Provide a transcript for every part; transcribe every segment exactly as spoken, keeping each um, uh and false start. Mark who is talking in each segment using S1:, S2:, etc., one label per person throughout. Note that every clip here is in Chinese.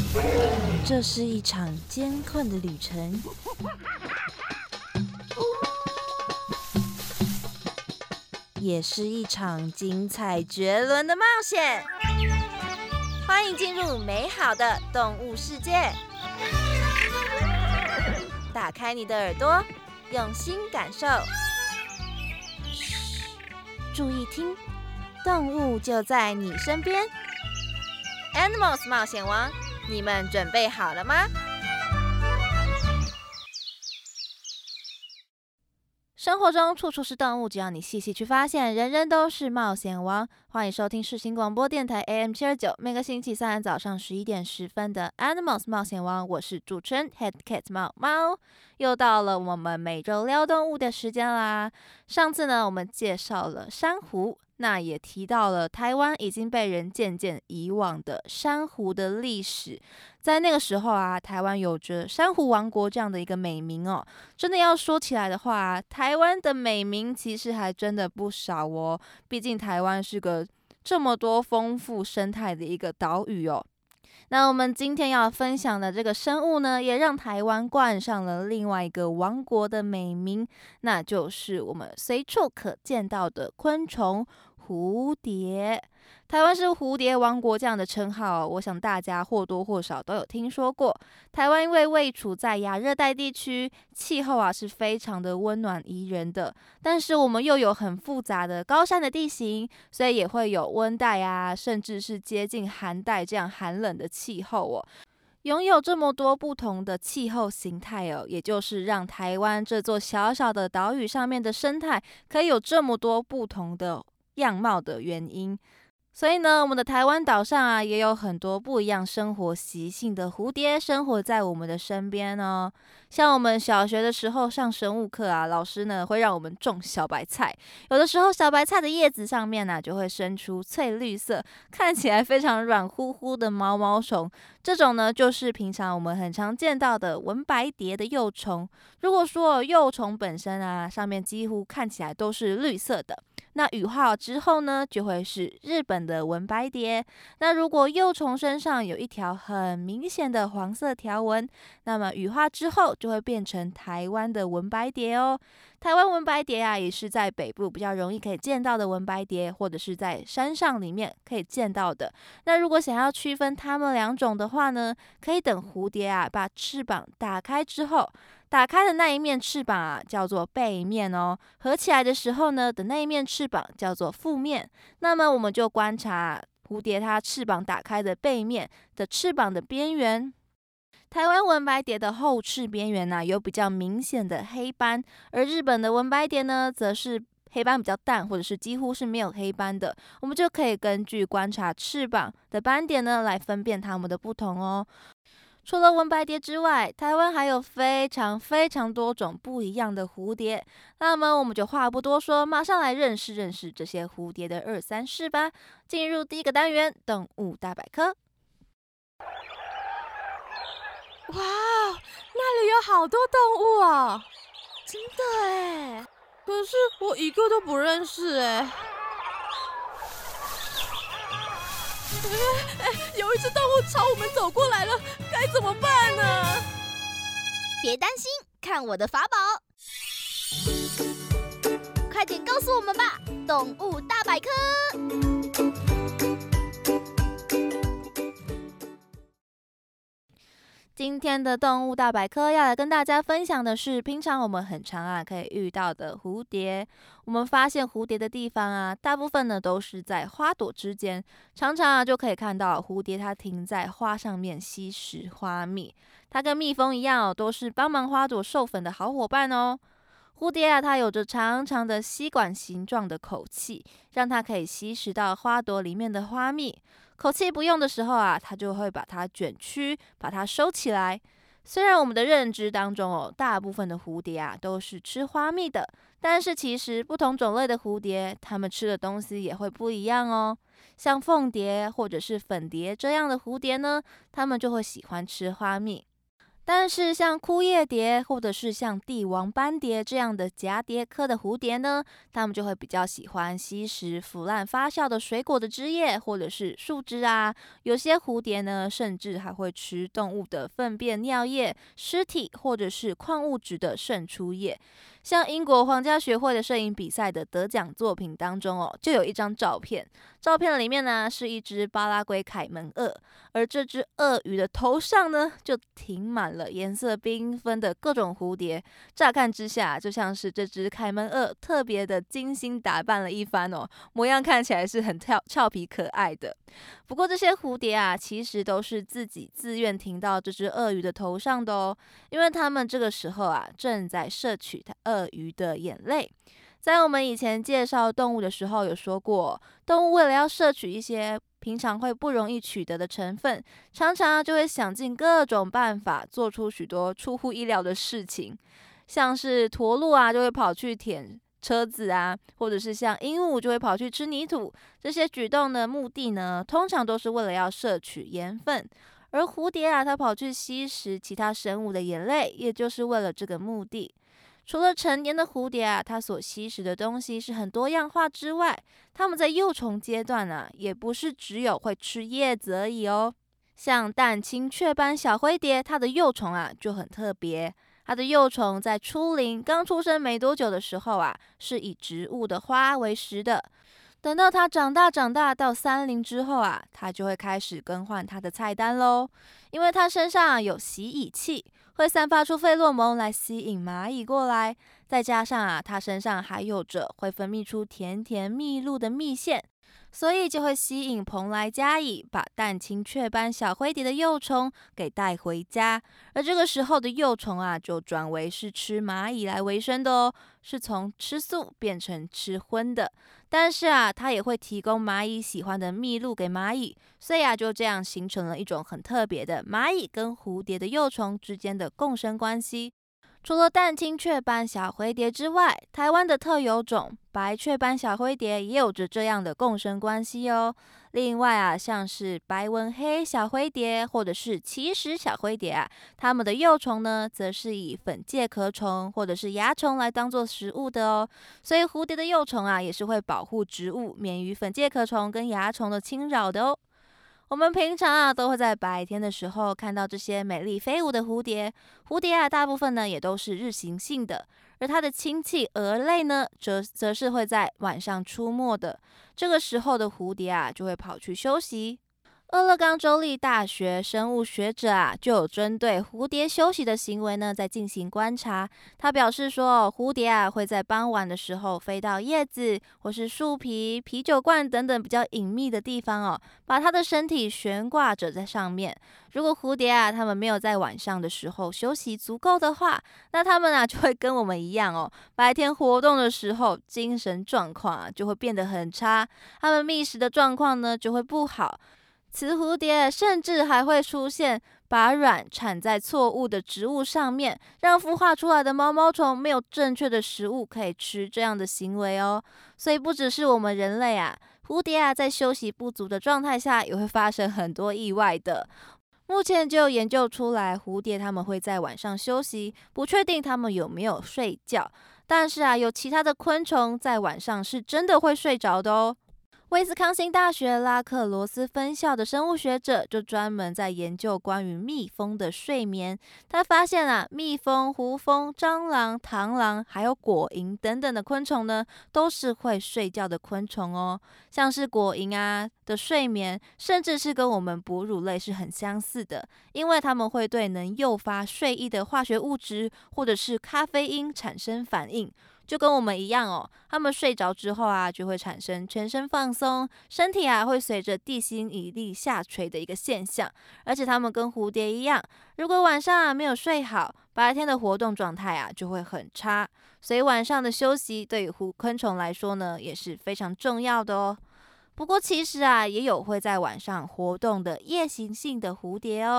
S1: 这是一场艰困的旅程，也是一场精彩绝伦的冒险。欢迎进入美好的动物世界，打开你的耳朵，用心感受。嘘，注意听，动物就在你身边。Animals 冒险王，你们准备好了吗？生活中处处是动物，只要你细细去发现，人人都是冒险王。欢迎收听世新广播电台 A M 七二九，每个星期三早上十一点十分的 Animals 冒险王，我是主持人 Head Cat 猫猫。又到了我们每周撩动物的时间啦。上次呢，我们介绍了珊瑚，那也提到了台湾已经被人渐渐遗忘的珊瑚的历史。在那个时候啊，台湾有着珊瑚王国这样的一个美名哦。真的要说起来的话，台湾的美名其实还真的不少哦。毕竟台湾是个这么多丰富生态的一个岛屿哦。那我们今天要分享的这个生物呢，也让台湾冠上了另外一个王国的美名，那就是我们随处可见到的昆虫蝴蝶。台湾是蝴蝶王国这样的称号，我想大家或多或少都有听说过。台湾因为位处在亚热带地区，气候啊是非常的温暖宜人的，但是我们又有很复杂的高山的地形，所以也会有温带啊，甚至是接近寒带这样寒冷的气候哦。拥有这么多不同的气候形态哦，也就是让台湾这座小小的岛屿上面的生态可以有这么多不同的样貌的原因。所以呢，我们的台湾岛上啊，也有很多不一样生活习性的蝴蝶生活在我们的身边哦。像我们小学的时候上生物课啊，老师呢会让我们种小白菜，有的时候小白菜的叶子上面呢、啊、就会生出翠绿色，看起来非常软乎乎的毛毛虫。这种呢就是平常我们很常见到的文白蝶的幼虫。如果说幼虫本身啊，上面几乎看起来都是绿色的。那羽化之后呢，就会是日本的文白蝶。那如果幼虫身上有一条很明显的黄色条纹，那么羽化之后就会变成台湾的文白蝶哦。台湾文白蝶啊，也是在北部比较容易可以见到的文白蝶，或者是在山上里面可以见到的。那如果想要区分它们两种的话呢，可以等蝴蝶啊把翅膀打开之后，打开的那一面翅膀啊叫做背面哦，合起来的时候呢的那一面翅膀叫做腹面。那么我们就观察蝴蝶它翅膀打开的背面的翅膀的边缘。台湾文白蝶的后翅边缘呢、啊、有比较明显的黑斑，而日本的文白蝶呢则是黑斑比较淡，或者是几乎是没有黑斑的。我们就可以根据观察翅膀的斑点呢来分辨它们的不同哦。除了文白蝶之外，台湾还有非常非常多种不一样的蝴蝶。那么我们就话不多说，马上来认识认识这些蝴蝶的二三事吧。进入第一个单元，动物大百科。
S2: 哇，那里有好多动物哦，真的耶！可是我一个都不认识哎。哎哎，有一只动物朝我们走过来了，该怎么办呢？
S3: 别担心，看我的法宝！快点告诉我们吧，动物大百科。
S1: 今天的动物大百科要来跟大家分享的是，平常我们很常啊可以遇到的蝴蝶。我们发现蝴蝶的地方啊，大部分呢都是在花朵之间，常常啊就可以看到蝴蝶它停在花上面吸食花蜜。它跟蜜蜂一样哦，都是帮忙花朵授粉的好伙伴哦。蝴蝶啊，它有着长长的吸管形状的口器，让它可以吸食到花朵里面的花蜜。口气不用的时候啊，它就会把它卷曲，把它收起来。虽然我们的认知当中哦，大部分的蝴蝶啊都是吃花蜜的，但是其实不同种类的蝴蝶，它们吃的东西也会不一样哦。像凤蝶或者是粉蝶这样的蝴蝶呢，它们就会喜欢吃花蜜。 但是像枯叶蝶或者是像帝王斑蝶这样的蛱蝶科的蝴蝶呢，它们就会比较喜欢吸食腐烂发酵的水果的汁液或者是树枝啊。有些蝴蝶呢，甚至还会吃动物的粪便、尿液、尸体或者是矿物质的渗出液。像英国皇家学会的摄影比赛的得奖作品当中哦，就有一张照片，照片里面呢是一只巴拉圭凯门鳄，而这只鳄鱼的头上呢就停满了颜色缤纷的各种蝴蝶，乍看之下就像是这只凯门鳄特别的精心打扮了一番哦，模样看起来是很俏俏皮可爱的。不过这些蝴蝶啊，其实都是自己自愿停到这只鳄鱼的头上的哦，因为它们这个时候啊正在摄取它鳄鱼的眼泪。在我们以前介绍动物的时候有说过，动物为了要摄取一些平常会不容易取得的成分，常常就会想尽各种办法，做出许多出乎意料的事情。像是驼鹿啊，就会跑去舔车子啊，或者是像鹦鹉就会跑去吃泥土。这些举动的目的呢，通常都是为了要摄取盐分。而蝴蝶啊，它跑去吸食其他生物的眼泪，也就是为了这个目的。除了成年的蝴蝶啊，它所吸食的东西是很多样化之外，它们在幼虫阶段啊，也不是只有会吃叶子而已哦。像淡青雀斑小灰蝶，它的幼虫啊就很特别。它的幼虫在初龄刚出生没多久的时候啊，是以植物的花为食的。等到它长大长大到三龄之后啊，它就会开始更换它的菜单喽。因为它身上、啊、有洗蚁气，会散发出费洛蒙来吸引蚂蚁过来。再加上啊，它身上还有着会分泌出甜甜蜜露的蜜腺，所以就会吸引蓬莱甲蚁把淡青雀斑小灰蝶的幼虫给带回家。而这个时候的幼虫啊，就转为是吃蚂蚁来维生的哦，是从吃素变成吃荤的。但是啊，它也会提供蚂蚁喜欢的蜜露给蚂蚁，所以啊，就这样形成了一种很特别的蚂蚁跟蝴蝶的幼虫之间的共生关系。除了淡青雀斑小灰蝶之外，台湾的特有种白雀斑小灰蝶也有着这样的共生关系哦。另外啊，像是白纹黑小灰蝶或者是奇石小灰蝶啊，它们的幼虫呢，则是以粉介壳虫或者是蚜虫来当做食物的哦。所以蝴蝶的幼虫啊，也是会保护植物免于粉介壳虫跟蚜虫的侵扰的哦。我们平常啊都会在白天的时候看到这些美丽飞舞的蝴蝶，蝴蝶啊大部分呢也都是日行性的，而它的亲戚蛾类呢，则则是会在晚上出没的。这个时候的蝴蝶啊就会跑去休息。俄勒冈州立大学生物学者啊，就有针对蝴蝶休息的行为呢，在进行观察。他表示说，蝴蝶啊会在傍晚的时候飞到叶子或是树皮、啤酒罐等等比较隐秘的地方哦，把它的身体悬挂着在上面。如果蝴蝶啊，它们没有在晚上的时候休息足够的话，那它们啊就会跟我们一样哦，白天活动的时候精神状况啊就会变得很差，它们觅食的状况呢就会不好。雌蝴蝶甚至还会出现把卵产在错误的植物上面，让孵化出来的毛毛虫没有正确的食物可以吃这样的行为哦。所以不只是我们人类啊，蝴蝶啊在休息不足的状态下也会发生很多意外的。目前就有研究出来，蝴蝶它们会在晚上休息，不确定它们有没有睡觉。但是啊，有其他的昆虫在晚上是真的会睡着的哦。威斯康星大学拉克罗斯分校的生物学者就专门在研究关于蜜蜂的睡眠。他发现啊，蜜蜂、胡蜂、蟑螂、螳螂还有果蝇等等的昆虫呢，都是会睡觉的昆虫哦。像是果蝇啊的睡眠，甚至是跟我们哺乳类是很相似的，因为它们会对能诱发睡意的化学物质或者是咖啡因产生反应。就跟我们一样哦，他们睡着之后啊，就会产生全身放松，身体啊会随着地心引力下垂的一个现象。而且他们跟蝴蝶一样，如果晚上啊没有睡好，白天的活动状态啊就会很差。所以晚上的休息对于蝴昆虫来说呢，也是非常重要的哦。不过其实啊，也有会在晚上活动的夜行性的蝴蝶哦。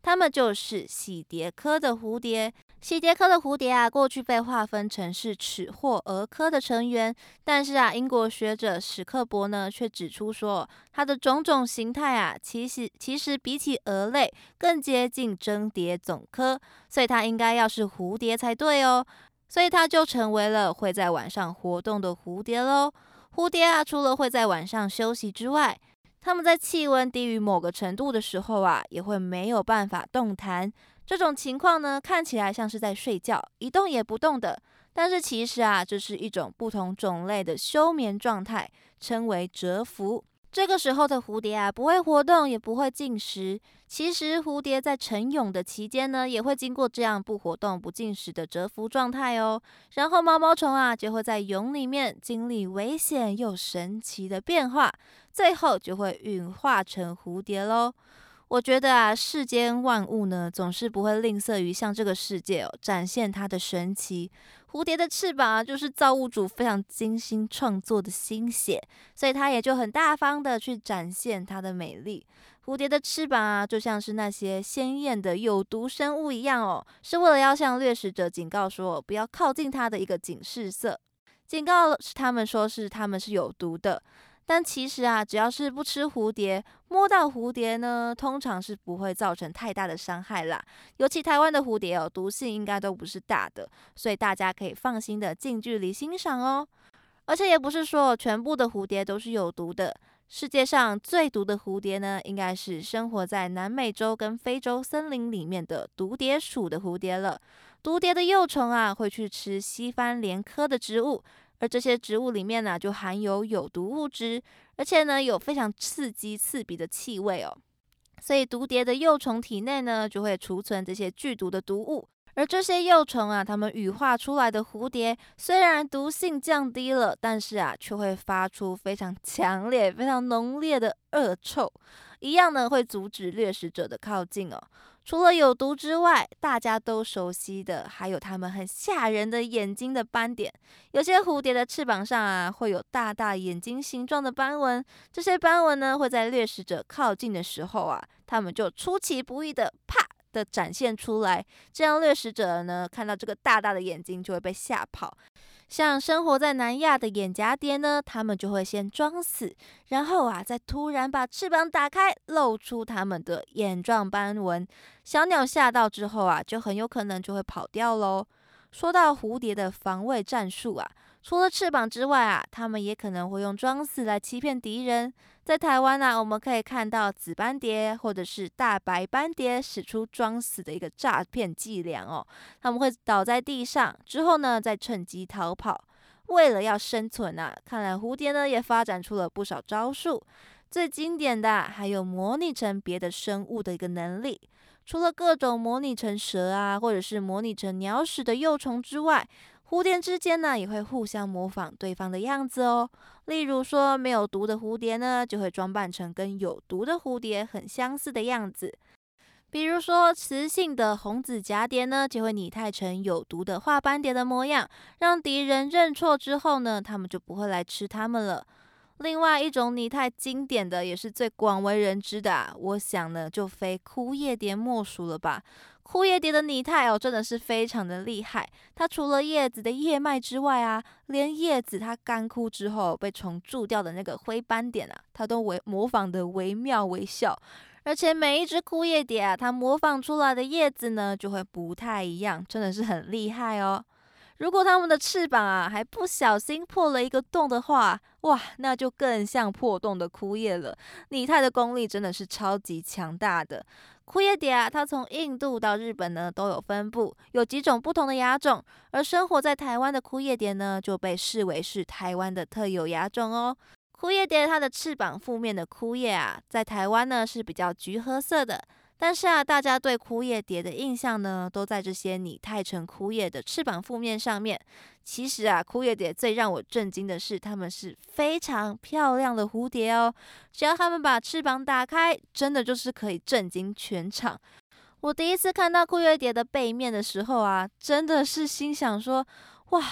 S1: 它们就是喜蝶科的蝴蝶。喜蝶科的蝴蝶啊，过去被划分成是齿或蛾科的成员，但是啊，英国学者史克伯呢却指出说，它的种种形态啊，其实其实比起蛾类更接近真蝶总科，所以它应该要是蝴蝶才对哦。所以它就成为了会在晚上活动的蝴蝶咯。蝴蝶啊，除了会在晚上休息之外，它们在气温低于某个程度的时候啊，也会没有办法动弹。这种情况呢，看起来像是在睡觉，一动也不动的，但是其实啊，这是一种不同种类的休眠状态，称为蛰伏。这个时候的蝴蝶啊，不会活动，也不会进食。其实蝴蝶在成蛹的期间呢，也会经过这样不活动、不进食的蛰伏状态哦。然后毛毛虫啊，就会在蛹里面经历危险又神奇的变化，最后就会羽化成蝴蝶咯。我觉得啊，世间万物呢，总是不会吝啬于向这个世界哦展现它的神奇。蝴蝶的翅膀啊，就是造物主非常精心创作的心血，所以它也就很大方的去展现它的美丽。蝴蝶的翅膀啊，就像是那些鲜艳的有毒生物一样哦，是为了要向掠食者警告说不要靠近它的一个警示色，警告他们说是它们是有毒的。但其实啊，只要是不吃蝴蝶，摸到蝴蝶呢，通常是不会造成太大的伤害啦。尤其台湾的蝴蝶哦，毒性应该都不是大的，所以大家可以放心的近距离欣赏哦。而且也不是说全部的蝴蝶都是有毒的，世界上最毒的蝴蝶呢，应该是生活在南美洲跟非洲森林里面的毒蝶属的蝴蝶了。毒蝶的幼虫啊，会去吃西番莲科的植物。而这些植物里面呢，就含有有毒物质，而且呢，有非常刺激刺鼻的气味哦。所以毒蝶的幼虫体内呢，就会储存这些剧毒的毒物。而这些幼虫啊，它们羽化出来的蝴蝶，虽然毒性降低了，但是啊，却会发出非常强烈、非常浓烈的恶臭，一样呢，会阻止掠食者的靠近哦。除了有毒之外，大家都熟悉的还有它们很吓人的眼睛的斑点。有些蝴蝶的翅膀上啊，会有大大眼睛形状的斑纹。这些斑纹呢，会在掠食者靠近的时候啊，它们就出其不意的啪的展现出来。这样掠食者呢，看到这个大大的眼睛就会被吓跑。像生活在南亚的眼蛱蝶呢，它们就会先装死，然后啊，再突然把翅膀打开，露出它们的眼状斑纹。小鸟吓到之后啊，就很有可能就会跑掉咯。说到蝴蝶的防卫战术啊，除了翅膀之外啊，它们也可能会用装死来欺骗敌人。在台湾啊，我们可以看到紫斑蝶或者是大白斑蝶使出装死的一个诈骗伎俩哦。他们会倒在地上，之后呢再趁机逃跑。为了要生存啊，看来蝴蝶呢也发展出了不少招数。最经典的还有模拟成别的生物的一个能力。除了各种模拟成蛇啊，或者是模拟成鸟屎的幼虫之外，蝴蝶之间呢也会互相模仿对方的样子哦。例如说，没有毒的蝴蝶呢，就会装扮成跟有毒的蝴蝶很相似的样子。比如说，雌性的红紫蛱蝶呢，就会拟态成有毒的花斑蝶的模样，让敌人认错之后呢，它们就不会来吃它们了。另外一种拟态经典的，也是最广为人知的啊，我想呢，就非枯叶蝶莫属了吧。枯叶蝶的拟态哦，真的是非常的厉害。它除了叶子的叶脉之外啊，连叶子它干枯之后被虫蛀掉的那个灰斑点啊，它都为模仿的惟妙惟肖。而且每一只枯叶蝶啊，它模仿出来的叶子呢，就会不太一样，真的是很厉害哦。如果它们的翅膀啊还不小心破了一个洞的话，哇，那就更像破洞的枯叶了。拟态的功力真的是超级强大的。枯叶蝶啊，它从印度到日本呢都有分布，有几种不同的亚种。而生活在台湾的枯叶蝶呢，就被视为是台湾的特有亚种哦。枯叶蝶它的翅膀负面的枯叶啊，在台湾呢是比较橘褐色的。但是啊，大家对枯叶蝶的印象呢，都在这些拟态成枯叶的翅膀负面上面。其实啊，枯叶蝶最让我震惊的是，它们是非常漂亮的蝴蝶哦。只要它们把翅膀打开，真的就是可以震惊全场。我第一次看到枯叶蝶的背面的时候啊，真的是心想说，哇，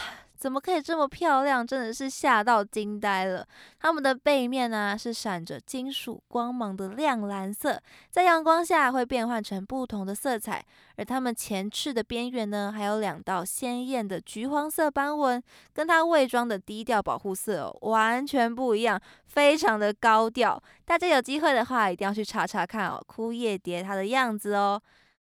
S1: 怎么可以这么漂亮？真的是吓到惊呆了。它们的背面呢是闪着金属光芒的亮蓝色，在阳光下会变换成不同的色彩。而它们前翅的边缘呢，还有两道鲜艳的橘黄色斑纹，跟它伪装的低调保护色哦，完全不一样，非常的高调。大家有机会的话，一定要去查查看哦，枯叶蝶它的样子哦。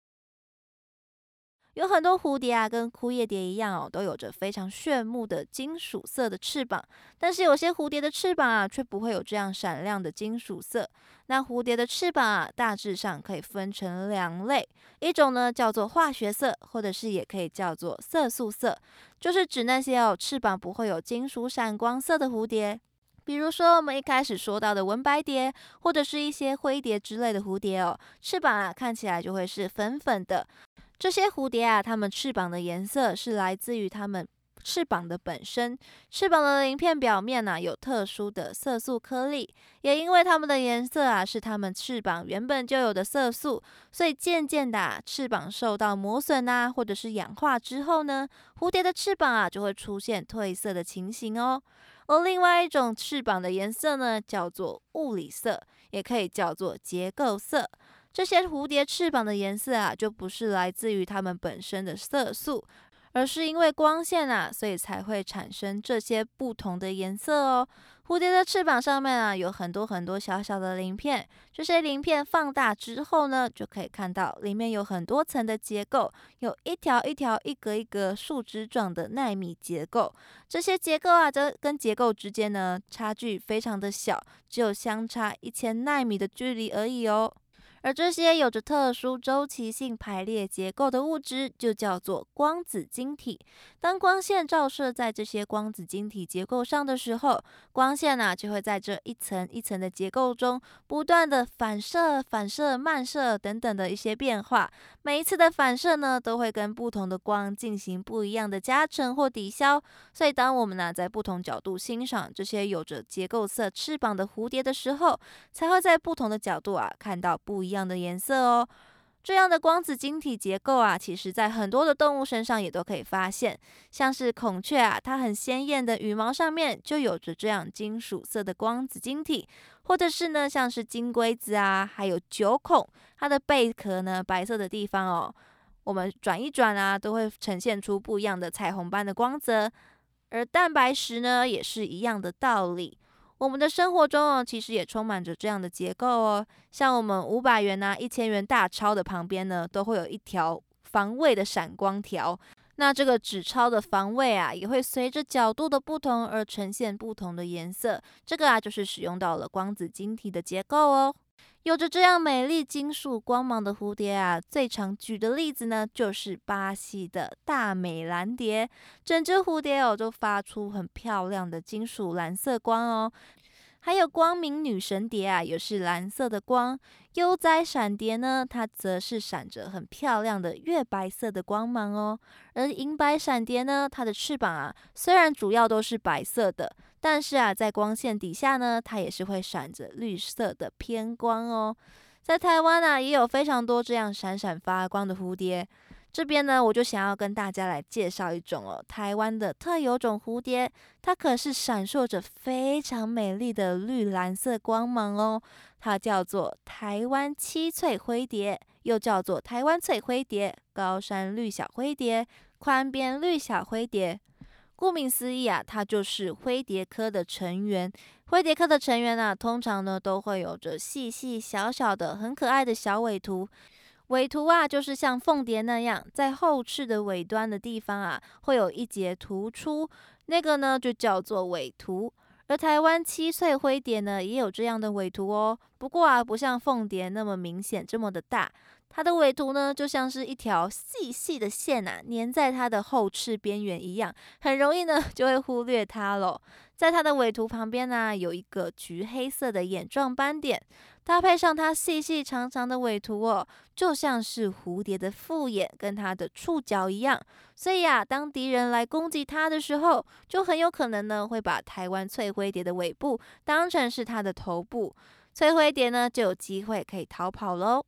S1: 有很多蝴蝶啊，跟枯叶蝶一样哦，都有着非常炫目的金属色的翅膀。但是有些蝴蝶的翅膀啊，却不会有这样闪亮的金属色。那蝴蝶的翅膀啊，大致上可以分成两类，一种呢叫做化学色，或者是也可以叫做色素色，就是指那些哦翅膀不会有金属闪光色的蝴蝶。比如说，我们一开始说到的文白蝶，或者是一些灰蝶之类的蝴蝶哦，翅膀啊看起来就会是粉粉的。这些蝴蝶啊，它们翅膀的颜色是来自于它们翅膀的本身。翅膀的鳞片表面呢、啊、有特殊的色素颗粒，也因为它们的颜色啊是它们翅膀原本就有的色素，所以渐渐的、啊、翅膀受到磨损啊，或者是氧化之后呢，蝴蝶的翅膀啊就会出现褪色的情形哦。而另外一种翅膀的颜色呢，叫做物理色，也可以叫做结构色。这些蝴蝶翅膀的颜色啊，就不是来自于它们本身的色素，而是因为光线啊，所以才会产生这些不同的颜色哦。蝴蝶的翅膀上面啊，有很多很多小小的鳞片，这些鳞片放大之后呢，就可以看到里面有很多层的结构，有一条一条、一格一格树枝状的奈米结构。这些结构啊，这跟结构之间呢，差距非常的小，只有相差一千奈米的距离而已哦。而这些有着特殊周期性排列结构的物质，就叫做光子晶体。当光线照射在这些光子晶体结构上的时候，光线啊就会在这一层一层的结构中不断的反射、反射、漫射等等的一些变化。每一次的反射呢，都会跟不同的光进行不一样的加成或抵消。所以，当我们呢、啊、在不同角度欣赏这些有着结构色翅膀的蝴蝶的时候，才会在不同的角度啊看到不一样的颜色哦。这样的光子晶体结构啊，其实在很多的动物身上也都可以发现，像是孔雀啊，它很鲜艳的羽毛上面就有着这样金属色的光子晶体，或者是呢，像是金龟子啊，还有九孔，它的贝壳呢白色的地方哦，我们转一转啊，都会呈现出不一样的彩虹般的光泽。而蛋白石呢，也是一样的道理。我们的生活中哦，其实也充满着这样的结构哦。像我们五百元啊、一千元大钞的旁边呢，都会有一条防卫的闪光条。那这个纸钞的防卫啊，也会随着角度的不同而呈现不同的颜色。这个啊，就是使用到了光子晶体的结构哦。有着这样美丽金属光芒的蝴蝶啊，最常举的例子呢，就是巴西的大美蓝蝶。整只蝴蝶哦，都发出很漂亮的金属蓝色光哦。还有光明女神蝶啊，也是蓝色的光。悠哉闪蝶呢，它则是闪着很漂亮的月白色的光芒哦。而银白闪蝶呢，它的翅膀啊，虽然主要都是白色的，但是啊，在光线底下呢，它也是会闪着绿色的偏光哦。在台湾啊，也有非常多这样闪闪发光的蝴蝶。这边呢，我就想要跟大家来介绍一种哦，台湾的特有种蝴蝶，它可是闪烁着非常美丽的绿蓝色光芒哦。它叫做台湾七翠灰蝶，又叫做台湾翠灰蝶、高山绿小灰蝶、宽边绿小灰蝶。顾名思义啊，它就是灰蝶科的成员。灰蝶科的成员啊，通常呢都会有着细细小小的、很可爱的小尾图。尾图啊，就是像凤蝶那样，在后翅的尾端的地方啊，会有一节突出，那个呢就叫做尾图。而台湾七翠灰蝶呢，也有这样的尾图哦，不过啊，不像凤蝶那么明显，这么的大。它的尾图呢，就像是一条细细的线啊，粘在它的后翅边缘一样，很容易呢就会忽略它咯。在它的尾图旁边呢，有一个橘黑色的眼状斑点，搭配上它细细长长的尾图哦，就像是蝴蝶的复眼跟它的触角一样。所以啊，当敌人来攻击它的时候，就很有可能呢会把台湾翠灰蝶的尾部当成是它的头部，翠灰蝶呢就有机会可以逃跑咯。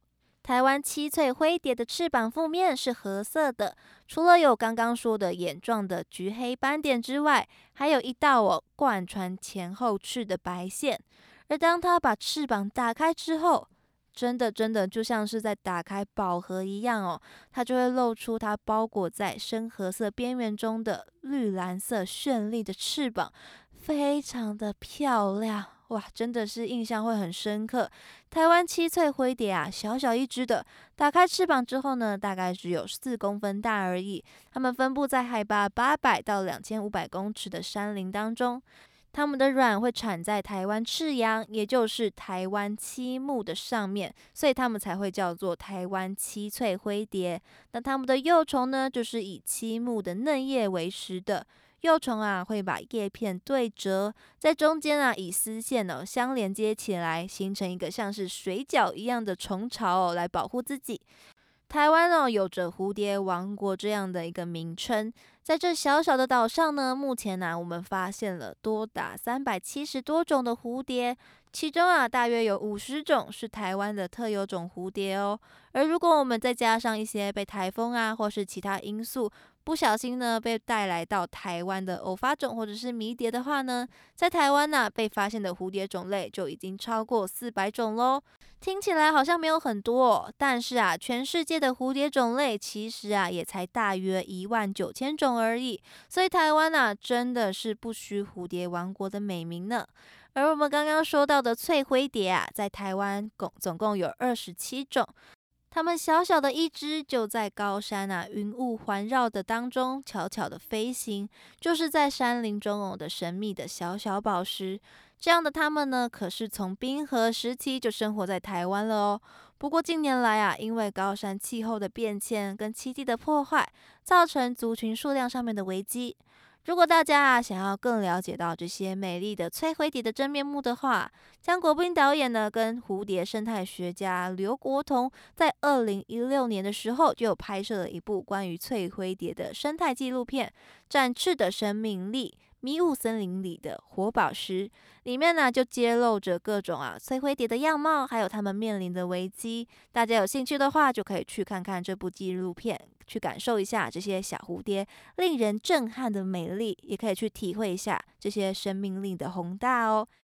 S1: 台湾七翠灰蝶的翅膀腹面是褐色的，除了有刚刚说的眼状的橘黑斑点之外，还有一道哦贯穿前后翅的白线。而当它把翅膀打开之后，真的真的就像是在打开宝盒一样哦，它就会露出它包裹在深褐色边缘中的绿蓝色绚丽的翅膀，非常的漂亮。哇，真的是印象会很深刻。台湾七翠灰蝶啊，小小一只的，打开翅膀之后呢，大概只有四公分大而已。它们分布在海拔八百到两千五百公尺的山林当中。它们的卵会产在台湾赤阳，也就是台湾漆木的上面，所以它们才会叫做台湾七翠灰蝶。那它们的幼虫呢，就是以漆木的嫩叶为食的。幼虫啊，会把叶片对折，在中间啊以丝线哦相连接起来，形成一个像是水饺一样的虫巢哦，来保护自己。台湾哦，有着蝴蝶王国这样的一个名称。在这小小的岛上呢，目前呢、啊，我们发现了多达三百七十多种的蝴蝶，其中啊，大约有五十种是台湾的特有种蝴蝶哦。而如果我们再加上一些被台风啊，或是其他因素不小心呢被带来到台湾的偶发种或者是迷蝶的话呢，在台湾呢、啊、被发现的蝴蝶种类就已经超过四百种喽。听起来好像没有很多哦，但是啊，全世界的蝴蝶种类其实啊也才大约一万九千种而已，所以台湾啊真的是不虚蝴蝶王国的美名呢。而我们刚刚说到的翠灰蝶啊，在台湾共总共有二十七种。它们小小的一只，就在高山啊云雾环绕的当中悄悄的飞行，就是在山林中哦的神秘的小小宝石。这样的它们呢，可是从冰河时期就生活在台湾了哦。不过近年来啊，因为高山气候的变迁跟栖地的破坏，造成族群数量上面的危机。如果大家啊想要更了解到这些美丽的翠灰蝶的真面目的话，江国斌导演呢跟蝴蝶生态学家刘国彤在二零一六年的时候就有拍摄了一部关于翠灰蝶的生态纪录片《展翅的生命力：迷雾森林里的活宝石》，里面呢就揭露着各种啊翠灰蝶的样貌，还有它们面临的危机。大家有兴趣的话，就可以去看看这部纪录片，去感受一下这些小蝴蝶令人震撼的美丽，也可以去体会一下这些生命力的宏大哦。